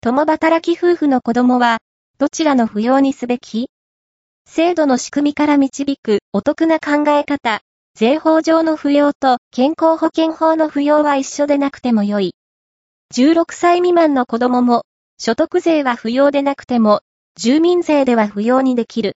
共働き夫婦の子供は、どちらの扶養にすべき？制度の仕組みから導くお得な考え方、税法上の扶養と健康保険法の扶養は一緒でなくてもよい。16歳未満の子供も、所得税は扶養でなくても、住民税では扶養にできる。